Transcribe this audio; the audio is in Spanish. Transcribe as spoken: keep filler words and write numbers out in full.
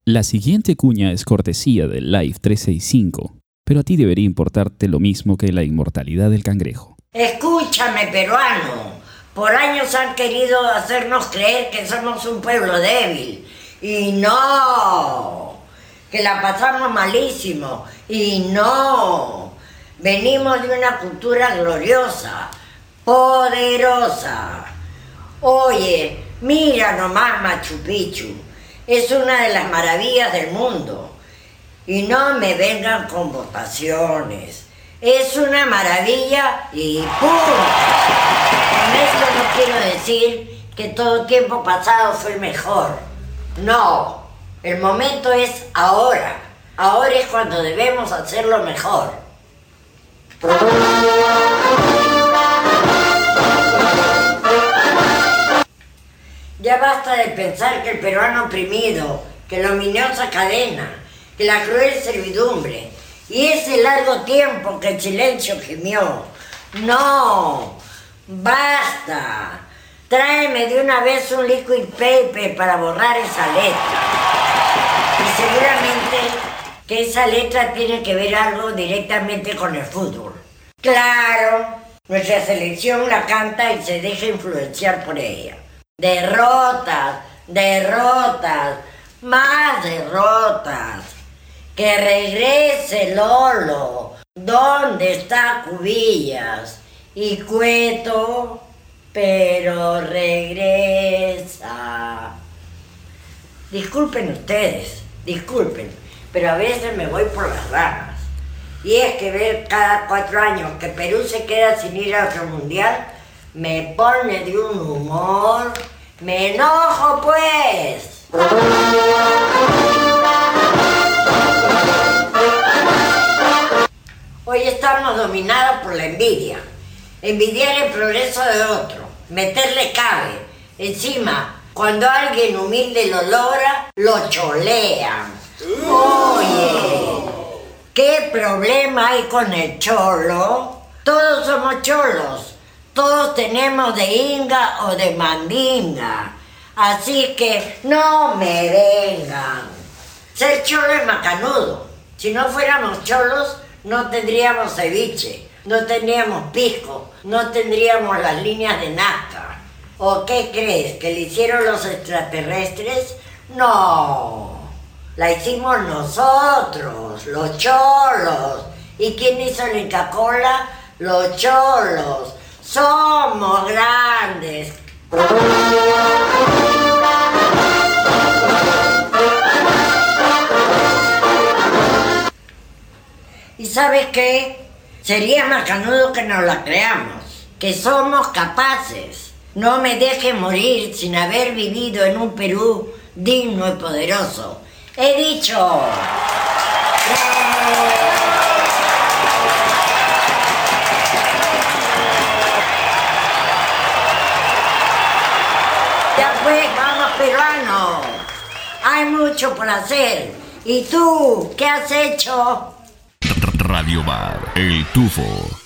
La siguiente cuña es cortesía del Live trescientos sesenta y cinco, pero a ti debería importarte lo mismo que la inmortalidad del cangrejo. Escúchame, peruano. Por años han querido hacernos creer que somos un pueblo débil. Y no. Que la pasamos malísimo. Y no. Venimos de una cultura gloriosa, poderosa. Oye, mira nomás Machu Picchu. Es una de las maravillas del mundo. Y no me vengan con votaciones. Es una maravilla y ¡pum! Con esto no quiero decir que todo tiempo pasado fue mejor. No, el momento es ahora. Ahora es cuando debemos hacerlo mejor. Ya basta de pensar que el peruano oprimido, que la ominiosa cadena, que la cruel servidumbre y ese largo tiempo que el silencio gimió. No, basta. Tráeme de una vez un liquid paper para borrar esa letra. Y seguramente que esa letra tiene que ver algo directamente con el fútbol. Claro, nuestra selección la canta y se deja influenciar por ella. Derrotas, derrotas, más derrotas. Que regrese Lolo. ¿Dónde está Cubillas? Y Cueto, pero regresa. Disculpen ustedes, disculpen, pero a veces me voy por las ramas. Y es que ver cada cuatro años que Perú se queda sin ir a otro mundial, me pone de un humor. ¡Me enojo, pues! Hoy estamos dominados por la envidia. Envidiar el progreso de otro, meterle cabe. Encima, cuando alguien humilde lo logra, lo cholean. Oye, ¿qué problema hay con el cholo? Todos somos cholos. Todos tenemos de inga o de mandinga. Así que no me vengan. Ser cholo es macanudo. Si no fuéramos cholos, no tendríamos ceviche, no tendríamos pisco, no tendríamos las líneas de Nazca. ¿O qué crees? ¿Que le hicieron los extraterrestres? No, la hicimos nosotros, los cholos. ¿Y quién hizo la Inca-Cola? Los cholos. Somos grandes. ¿Y sabes qué? Sería macanudo que nos la creamos, que somos capaces. No me dejes morir sin haber vivido en un Perú digno y poderoso. ¡He dicho! Ya pues, vamos peruanos. Hay mucho por hacer. ¿Y tú, qué has hecho? Radio Bar El Tufo.